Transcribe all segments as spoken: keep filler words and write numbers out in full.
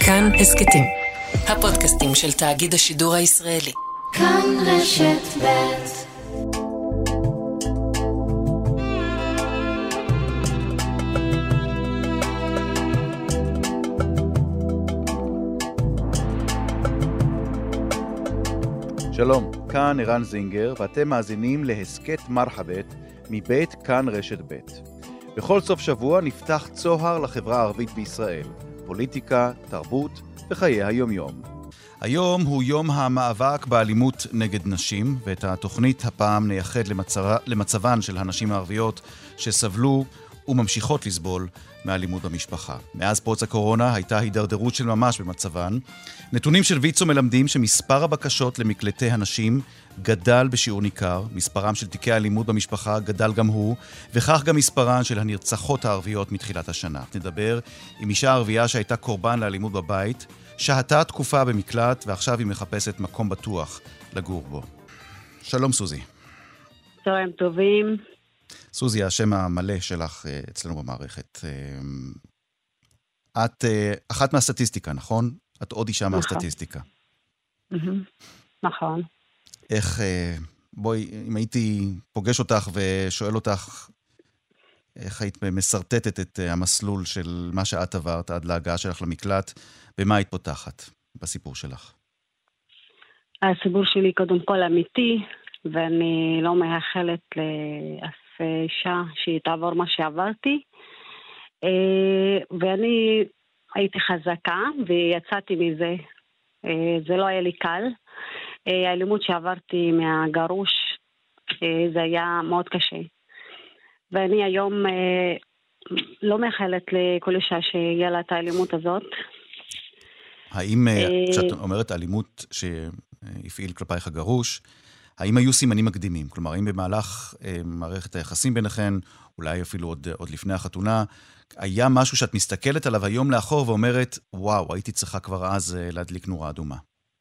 כאן הסקטים, הפודקאסטים של תאגיד השידור הישראלי. כאן רשת ב'. שלום, כאן ערן זינגר, ואתם מאזינים להסקט מרחבת מבית כאן רשת ב'. בכל סוף שבוע נפתח צוהר לחברה הערבית בישראל, פוליטיקה, תרבות וחיי היומיום. היום הוא יום המאבק באלימות נגד נשים, ואת התוכנית הפעם נייחד למצרה, למצבן של הנשים הערביות שסבלו וממשיכות לסבול מאלימות במשפחה. מאז פרוץ הקורונה הייתה הידרדרות של ממש במצבן. נתונים של ויצו מלמדים שמספר הבקשות למקלטי הנשים גדל בשיעור ניכר, מספרם של תיקי האלימות במשפחה גדל גם הוא, וכך גם מספרן של הנרצחות הערביות מתחילת השנה. נדבר עם אישה ערבייה שהייתה קורבן לאלימות בבית, שהתה תקופה במקלט ועכשיו היא מחפשת מקום בטוח לגור בו. שלום סוזי. צהריים טובים. סוזי, השם המלא שלך אצלנו במערכת. את אחת מהסטטיסטיקה, נכון? את עוד אישה מהסטטיסטיקה. נכון. איך, בואי, אם הייתי פוגש אותך ושואל אותך, איך היית מסרטטת את המסלול של מה שאת עברת עד להגעה שלך למקלט, במה היית פותחת בסיפור שלך? הסיפור שלי קודם כל אמיתי, ואני לא מאחלת לאף אישה שהיא תעבור מה שעברתי, ואני הייתי חזקה ויצאתי מזה. זה לא היה לי קל. האלימות שעברתי מהגרוש, זה היה מאוד קשה. ואני היום לא מאחלת לכל אישה שיהיה לה את האלימות הזאת. האם, כשאת אומרת האלימות שהפעיל כלפייך הגרוש, האם היו סימנים מקדימים? כלומר, האם במהלך מערכת היחסים ביניכן, אולי אפילו עוד, עוד לפני החתונה, היה משהו שאת מסתכלת עליו היום לאחור ואומרת, וואו, הייתי צריכה כבר אז להדליק נורה אדומה?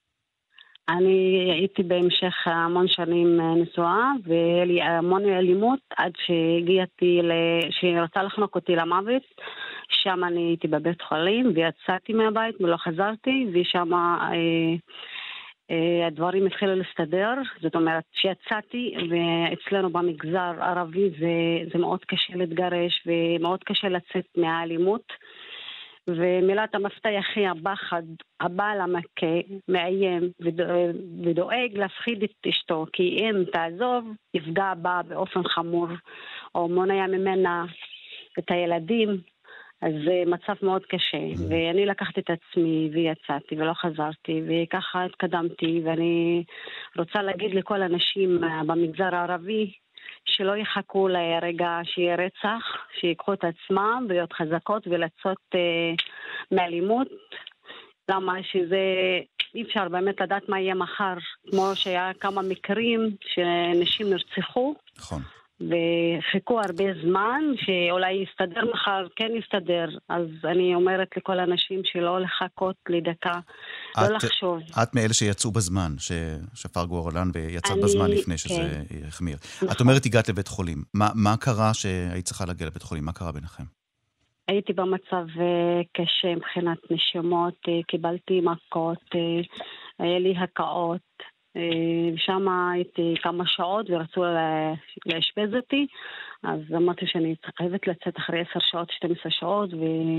אני הייתי בהמשך המון שנים נשואה, והיה לי המון אלימות עד שהגיעתי, שהיא רצה לחנוק אותי למוות. שם אני הייתי בבית חולים, ויצאתי מהבית ולא חזרתי, ושם אה, אה, הדברים התחילו להסתדר. זאת אומרת, שיצאתי, ואצלנו במגזר הערבי זה, זה מאוד קשה להתגרש, ומאוד קשה לצאת מהאלימות. ומילת המפתח היא הפחד, הבעל המכה, מאיים ודואג להפחיד את אשתו, כי אם תעזוב, יפגע בה באופן חמור, או מונע ממנה את הילדים. אז זה מצב מאוד קשה, ואני לקחתי את עצמי ויצאתי ולא חזרתי, וככה התקדמתי, ואני רוצה להגיד לכל האנשים במגזר הערבי, שלא יחכו לרגע שיהיה רצח, שיקחו את עצמם ולהיות חזקות ולצאת אה, מאלימות. למה שזה אי אפשר באמת לדעת מה יהיה מחר, כמו שהיה כמה מקרים שנשים נרצחו. נכון. וחיכו הרבה זמן, שאולי יסתדר מחר, כן יסתדר. אז אני אומרת לכל האנשים שלא לחכות לדקה, את, לא לחשוב. את מאלה שיצאו בזמן, ששפר גורלן ויצאת אני, בזמן לפני שזה כן. יחמיר. נכון. את אומרת, הגעת לבית חולים. מה, מה קרה שהיית צריכה להגיע לבית חולים? מה קרה ביניכם? הייתי במצב קשה מבחינת נשימות, קיבלתי מכות, היה לי הקאות. ושם הייתי כמה שעות ורצו להשפז אותי, אז אמרתי שאני חייבת לצאת אחרי עשר שעות, שתים עשרה שעות,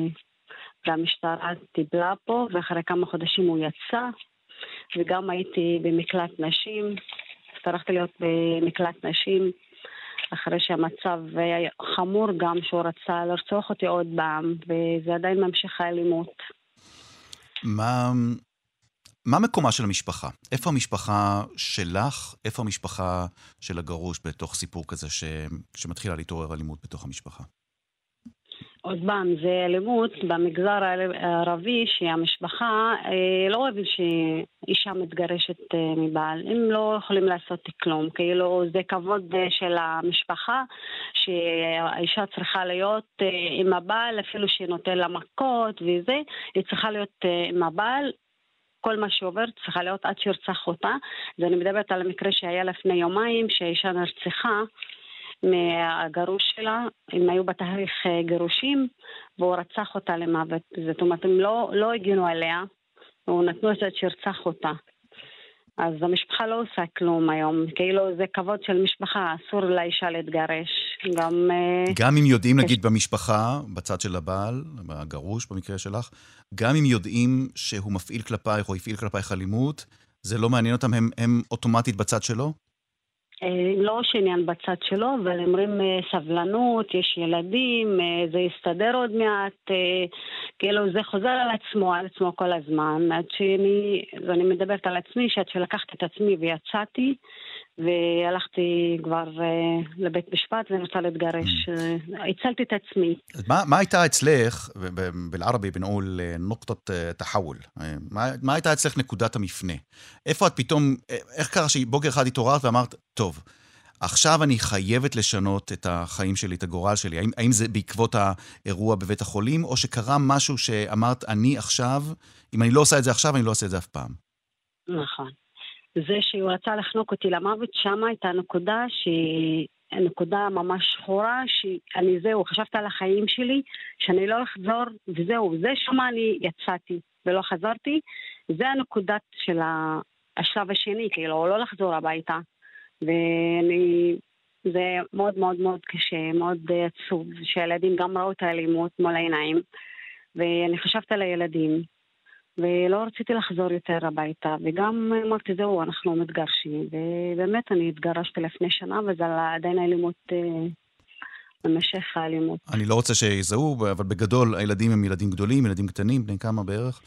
והמשטרה טיפלה פה, ואחרי כמה חודשים הוא יצא, וגם הייתי במקלט נשים, הצטרכתי להיות במקלט נשים, אחרי שהמצב היה חמור גם שהוא רצה לרצוח אותי עוד פעם, וזה עדיין ממשיך האלימות. מה... מה מקומה של המשפחה? איפה המשפחה שלך? איפה המשפחה של הגרוש בתוך סיפור כזה ש... שמתחילה להתעורר אלימות בתוך המשפחה? עוד פעם, זה אלימות במגזר הערבי שהמשפחה לא אוהבת שאישה מתגרשת מבעל. הם לא יכולים לעשות כלום. כאילו זה כבוד של המשפחה שהאישה צריכה להיות עם הבעל, אפילו שנותן לה מכות וזה, היא צריכה להיות עם הבעל. כל מה שעובר צריכה להיות עד שירצח אותה. אז אני מדברת על המקרה שהיה לפני יומיים, שהאישה נרצחה, מהגרוש שלה, הם היו בתהליך גירושים, והוא רצח אותה למוות. זאת אומרת, הם לא, לא הגינו עליה, הוא נתנו את זה שרצח אותה. אז המשפחה לא עושה כלום היום, כאילו זה כבוד של משפחה, אסור לאישה להתגרש. גם, גם אם יודעים, נגיד במשפחה, בצד של הבעל, הגרוש במקרה שלך, גם אם יודעים שהוא מפעיל כלפייך או יפעיל כלפייך אלימות, זה לא מעניין אותם, הם, הם אוטומטית בצד שלו? לא שעניין בצד שלו, אבל אומרים סבלנות, יש ילדים, זה יסתדר עוד מעט, כאילו זה חוזר על עצמו, על עצמו כל הזמן, עד שאני, ואני מדברת על עצמי, שעד שלקחתי את עצמי ויצאתי, והלכתי כבר לבית משפט ואני רוצה להתגרש, הצלתי את עצמי. מה, מה הייתה אצלך, בערבי בנقول נקודת תחול, מה, מה הייתה אצלך נקודת המפנה? איפה את פתאום, איך קרה שבוקר אחד התעוררת ואמרת, טוב, עכשיו אני חייבת לשנות את החיים שלי, את הגורל שלי, האם, האם זה בעקבות האירוע בבית החולים, או שקרה משהו שאמרת, אני עכשיו, אם אני לא עושה את זה עכשיו, אני לא עושה את זה אף פעם? נכון. זה שהוא רצה לחנוק אותי למוות, שם הייתה נקודה שהיא נקודה ממש שחורה, שאני זהו, חשבת על החיים שלי, שאני לא אחזור, וזהו, זה שמה אני יצאתי ולא חזרתי, זה הנקודת של השלב השני, כאילו, לא לחזור הביתה. ואני, זה מאוד מאוד מאוד קשה, מאוד עצוב, שהילדים גם ראו את האלימות מול העיניים, ואני חשבת על הילדים. ולא רציתי לחזור יותר הביתה, וגם אמרתי, זהו, אנחנו מתגרשים, ובאמת אני התגרשתי לפני שנה, וזה עדיין האלימות, במשך האלימות. אני לא רוצה שיזהו, אבל בגדול, הילדים הם ילדים גדולים, ילדים קטנים, בני כמה בערך?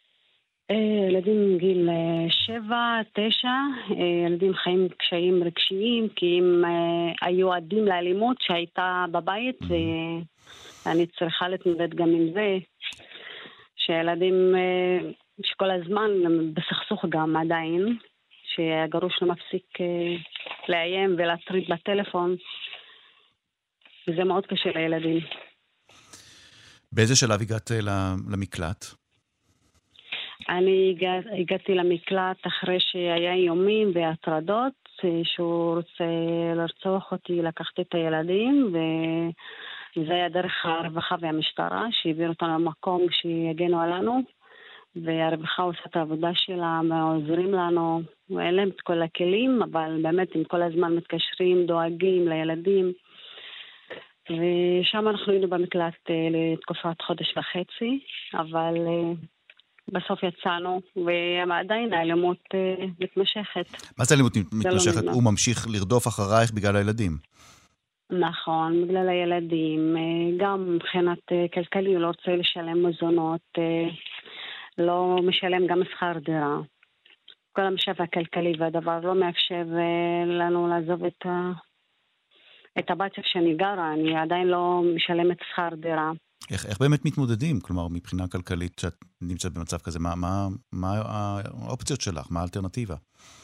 ילדים גיל שבע, תשע, ילדים חיים קשיים רגשיים, כי הם היו עדים לאלימות שהייתה בבית, ואני צריכה להתמודד גם עם זה. שילדים שכל הזמן בסכסוך גם עדיין, שהגרוש לא מפסיק לאיים ולהטריד בטלפון, וזה מאוד קשה לילדים. באיזה שלב הגעת למקלט? אני הגעתי למקלט אחרי שהיה איומים והטרדות, שהוא רוצה לרצוח אותי, לקחתי את הילדים, ו... זה היה דרך הרווחה והמשטרה, שהעביר אותנו למקום שיגנו עלינו, והרווחה עושה את העבודה שלה, עוזרים לנו, ואין להם את כל הכלים, אבל באמת הם כל הזמן מתקשרים, דואגים לילדים, ושם אנחנו היינו במקלט לתקופת חודש וחצי, אבל בסוף יצאנו, ועדיין האלימות מתמשכת. מה זה אלימות מתמשכת? הוא ממשיך לרדוף אחרייך בגלל הילדים? נכון, בגלל הילדים, גם מבחינת כלכלי, הוא לא רוצה לשלם מזונות, לא משלם גם שכר דירה. כל המשאב הכלכלי והדבר לא מאפשר לנו לעזוב את, ה... את הבת שאני גרה, אני עדיין לא משלמת שכר דירה. איך, איך באמת מתמודדים? כלומר, מבחינה כלכלית שאת נמצאת במצב כזה, מה, מה, מה האופציות שלך? מה האלטרנטיבה?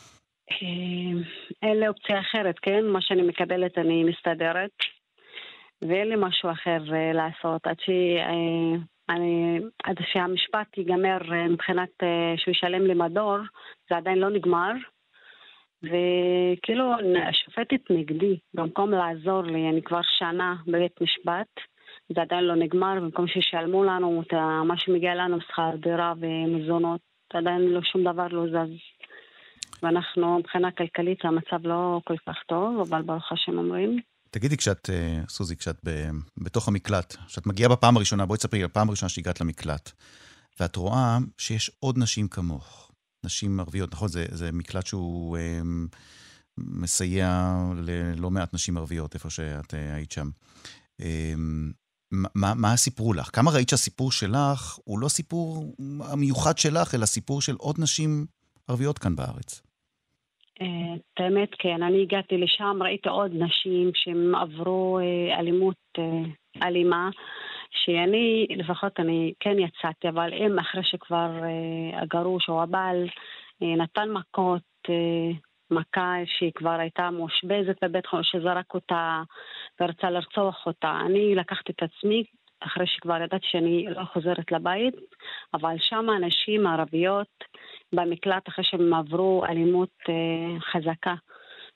אין לי אופציה אחרת, כן? מה שאני מקבלת אני מסתדרת, ואין לי משהו אחר לעשות, עד, ש... אני... עד שהמשפט ייגמר מבחינת שהוא ישלם לי מדור, זה עדיין לא נגמר, וכאילו השופטת נגדי, במקום לעזור לי, אני כבר שנה בבית משפט, זה עדיין לא נגמר, במקום שישלמו לנו את מה שמגיע לנו, שכר דירה ומזונות, עדיין לא שום דבר לא זז. ואנחנו מבחינה כלכלית המצב לא כל כך טוב, אבל ברוך השם אומרים. תגידי, כשאת, סוזי, כשאת בתוך המקלט, כשאת מגיעה בפעם הראשונה, בואי תספרי, הפעם הראשונה שהגעת למקלט, ואת רואה שיש עוד נשים כמוך, נשים ערביות, נכון? זה, זה מקלט שהוא אה, מסייע ללא מעט נשים ערביות, איפה שאת אה, היית שם. אה, מה, מה הסיפור לך? כמה ראית שהסיפור שלך הוא לא סיפור המיוחד שלך, אלא סיפור של עוד נשים ערביות כאן בארץ? את האמת, כן. אני הגעתי לשם, ראיתי עוד נשים שהם עברו אלימות אלימה, שאני, לפחות אני כן יצאתי, אבל אם אחרי שכבר הגרוש או הבעל נתן מכות, מכה שהיא כבר הייתה מושבזת בבית חולים, שזרק אותה ורצה לרצוח אותה. אני לקחתי את עצמי, אחרי שכבר ידעתי שאני לא חוזרת לבית, אבל שם אנשים ערביות במקלט אחרי שהם עברו אלימות חזקה,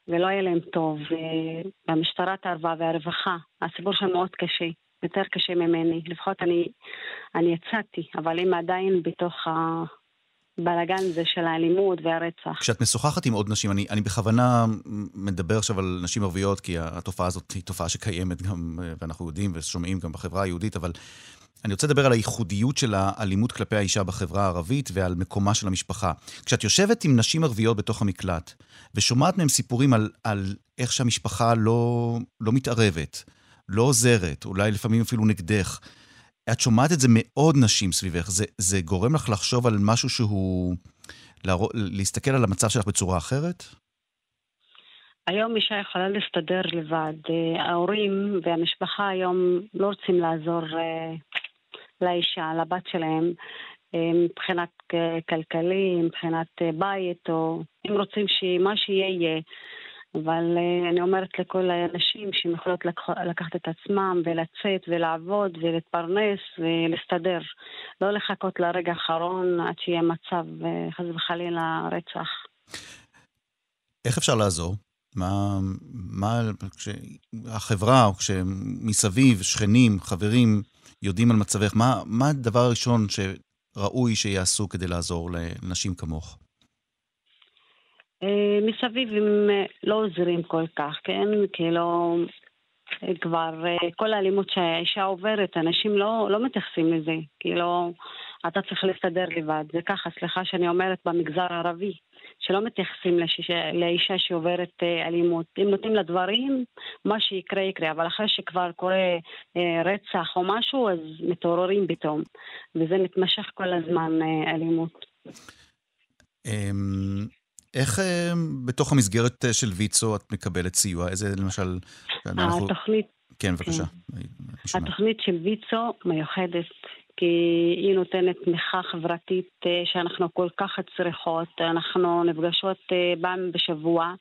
ולא היה להם טוב, והמשטרה תערבה והרווחה. הסיפור שם מאוד קשה, יותר קשה ממני. לפחות אני, אני יצאתי, אבל הם עדיין בתוך הבלגן הזה של האלימות והרצח. כשאת משוחחת עם עוד נשים, אני, אני בכוונה מדבר עכשיו על נשים ערביות, כי התופעה הזאת היא תופעה שקיימת גם, ואנחנו יודעים ושומעים גם בחברה היהודית, אבל אני רוצה לדבר על הייחודיות של האלימות כלפי האישה בחברה הערבית ועל מקומה של המשפחה. כשאת יושבת עם נשים ערביות בתוך המקלט, ושומעת מהם סיפורים על, על איך שהמשפחה לא, לא מתערבת, לא עוזרת, אולי לפעמים אפילו נגדך, את שומעת את זה מאוד נשים סביבך, זה, זה גורם לך לחשוב על משהו שהוא, להרוא, להסתכל על המצב שלך בצורה אחרת? היום אישה יכולה להסתדר לבד. ההורים והמשפחה היום לא רוצים לעזור לאישה, לבת שלהם, מבחינת כלכלי, מבחינת בית, או הם רוצים שמה שיהיה יהיה. אבל אני אומרת לכל האנשים שהם יכולות לקחת את עצמם ולצאת ולעבוד ולהתפרנס ולהסתדר. לא לחכות לרגע האחרון עד שיהיה מצב חס וחלילה רצח. איך אפשר לעזור? מה, מה, כשהחברה או כשמסביב, שכנים, חברים יודעים על מצבך, מה, מה הדבר הראשון שראוי שיעשו כדי לעזור לנשים כמוך? מסביב הם לא עוזרים כל כך, כן? כאילו כבר כל האלימות שהאישה עוברת, אנשים לא, לא מתייחסים לזה. כאילו אתה צריך להסתדר לבד. זה ככה, סליחה שאני אומרת במגזר הערבי, שלא מתייחסים לאישה שעוברת אלימות. אם נותנים לדברים, מה שיקרה יקרה, אבל אחרי שכבר קורה רצח או משהו, אז מתעוררים פתאום. וזה מתמשך כל הזמן אלימות. איך בתוך המסגרת של ויצו את מקבלת סיוע? איזה למשל... התוכנית... כן, בבקשה. התוכנית של ויצו מיוחדת, כי היא נותנת תמיכה חברתית שאנחנו כל כך צריכות. אנחנו נפגשות פעם בשבוע,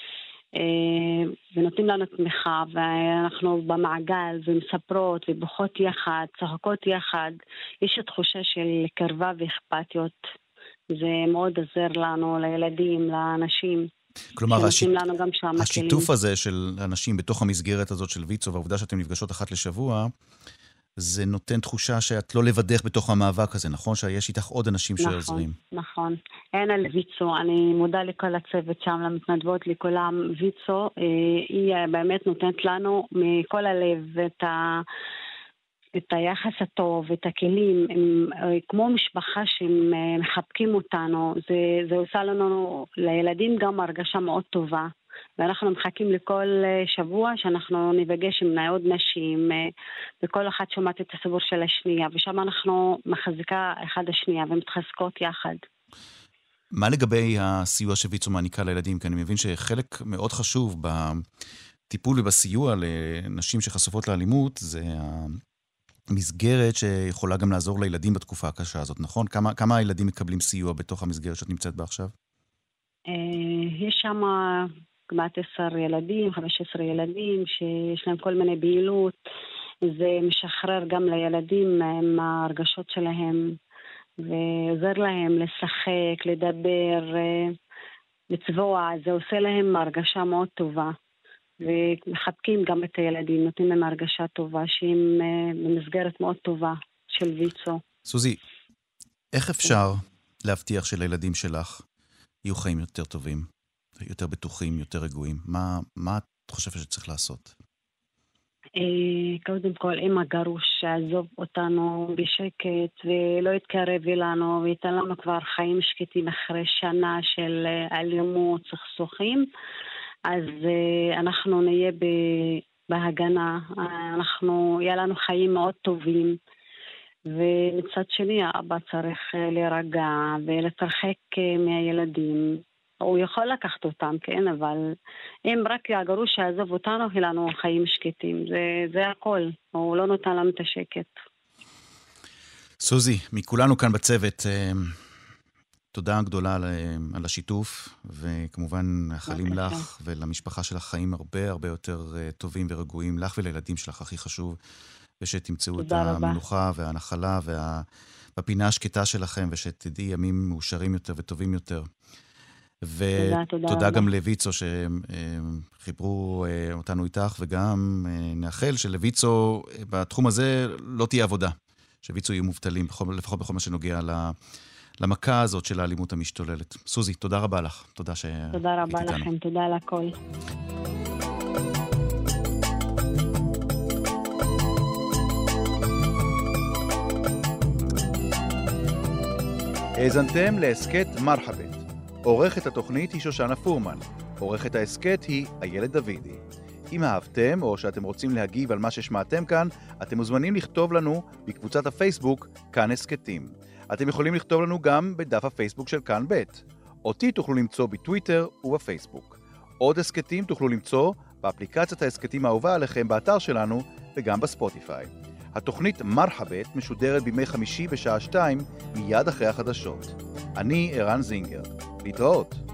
ונותנים לנו תמיכה, ואנחנו במעגל ומספרות ובוכות יחד, צחקות יחד. יש תחושה של קרבה ואכפתיות. זה מאוד עזר לנו, לילדים, לאנשים. כלומר, השיט... לנו גם השיתוף הזה של אנשים בתוך המסגרת הזאת של ויצו, והעובדה שאתם נפגשות אחת לשבוע, זה נותן תחושה שאת לא לבדך בתוך המאבק הזה, נכון? שיש איתך עוד אנשים נכון, שעוזרים. נכון, אין על ויצו. אני מודה לכל הצוות שם, למתנדבות, לכולם. ויצו, היא באמת נותנת לנו מכל הלב את ה... את היחס הטוב, את הכלים, הם, כמו משפחה שהם מחבקים אותנו, זה, זה עושה לנו, לילדים גם הרגשה מאוד טובה, ואנחנו מחכים לכל שבוע שאנחנו נפגש עם עוד נשים, וכל אחת שומעת את הסיפור של השנייה, ושם אנחנו מחזיקה אחד השנייה ומתחזקות יחד. מה לגבי הסיוע שוויצו מעניקה לילדים? כי אני מבין שחלק מאוד חשוב בטיפול ובסיוע לנשים שחשופות לאלימות, זה מסגרת שיכולה גם לעזור לילדים בתקופה הקשה הזאת, נכון? כמה, כמה הילדים מקבלים סיוע בתוך המסגרת שאת נמצאת בה עכשיו? יש שם כמעט עשר ילדים, חמש עשרה ילדים, שיש להם כל מיני פעילות. זה משחרר גם לילדים עם ההרגשות שלהם, ועוזר להם לשחק, לדבר, לצבוע. זה עושה להם הרגשה מאוד טובה. ומחבקים גם את הילדים, נותנים להם הרגשה טובה, שהם במסגרת מאוד טובה של ויצו. סוזי, איך אפשר להבטיח שלילדים שלך יהיו חיים יותר טובים, יותר בטוחים, יותר רגועים? מה, מה את חושבת שצריך לעשות? קודם כל, אם הגרוש שעזוב אותנו בשקט ולא יתקרב אלינו וייתן לנו כבר חיים שקטים אחרי שנה של אלימות, סכסוכים, אז uh, אנחנו נהיה בהגנה, אנחנו, יהיה לנו חיים מאוד טובים, ומצד שני האבא צריך להירגע ולהתרחק מהילדים. הוא יכול לקחת אותם, כן, אבל אם רק הגרוש שיעזוב אותנו, יהיה לנו חיים שקטים, זה, זה הכל, הוא לא נותן לנו את השקט. סוזי, מכולנו כאן בצוות, תודה גדולה על, על השיתוף, וכמובן מאחלים לך ולמשפחה שלך חיים הרבה הרבה יותר טובים ורגועים, לך ולילדים שלך הכי חשוב, ושתמצאו את המנוחה והנחלה והפינה השקטה שלכם, ושתדעי ימים מאושרים יותר וטובים יותר. ותודה גם לויצו שחיברו אותנו איתך, וגם נאחל שלויצו בתחום הזה לא תהיה עבודה, שוויצו יהיו מובטלים, לפחות בכל מה שנוגע למכה הזאת של האלימות המשתוללת. סוזי, תודה רבה לך. תודה שהיית איתנו. תודה רבה לכם, תודה על הכל. האזנתם להסכת מרחבת. עורכת התוכנית היא שושנה פורמן. עורכת ההסכת היא איילת דוידי. אם אהבתם או שאתם רוצים להגיב על מה ששמעתם כאן, אתם מוזמנים לכתוב לנו בקבוצת הפייסבוק כאן הסכתים. אתם יכולים לכתוב לנו גם בדף הפייסבוק של כאן ב'. אותי תוכלו למצוא בטוויטר ובפייסבוק. עוד הסכתים תוכלו למצוא באפליקציית ההסכתים האהובה עליכם באתר שלנו וגם בספוטיפיי. התוכנית מרחבת משודרת בימי חמישי בשעה שתיים מיד אחרי החדשות. אני ערן זינגר. להתראות.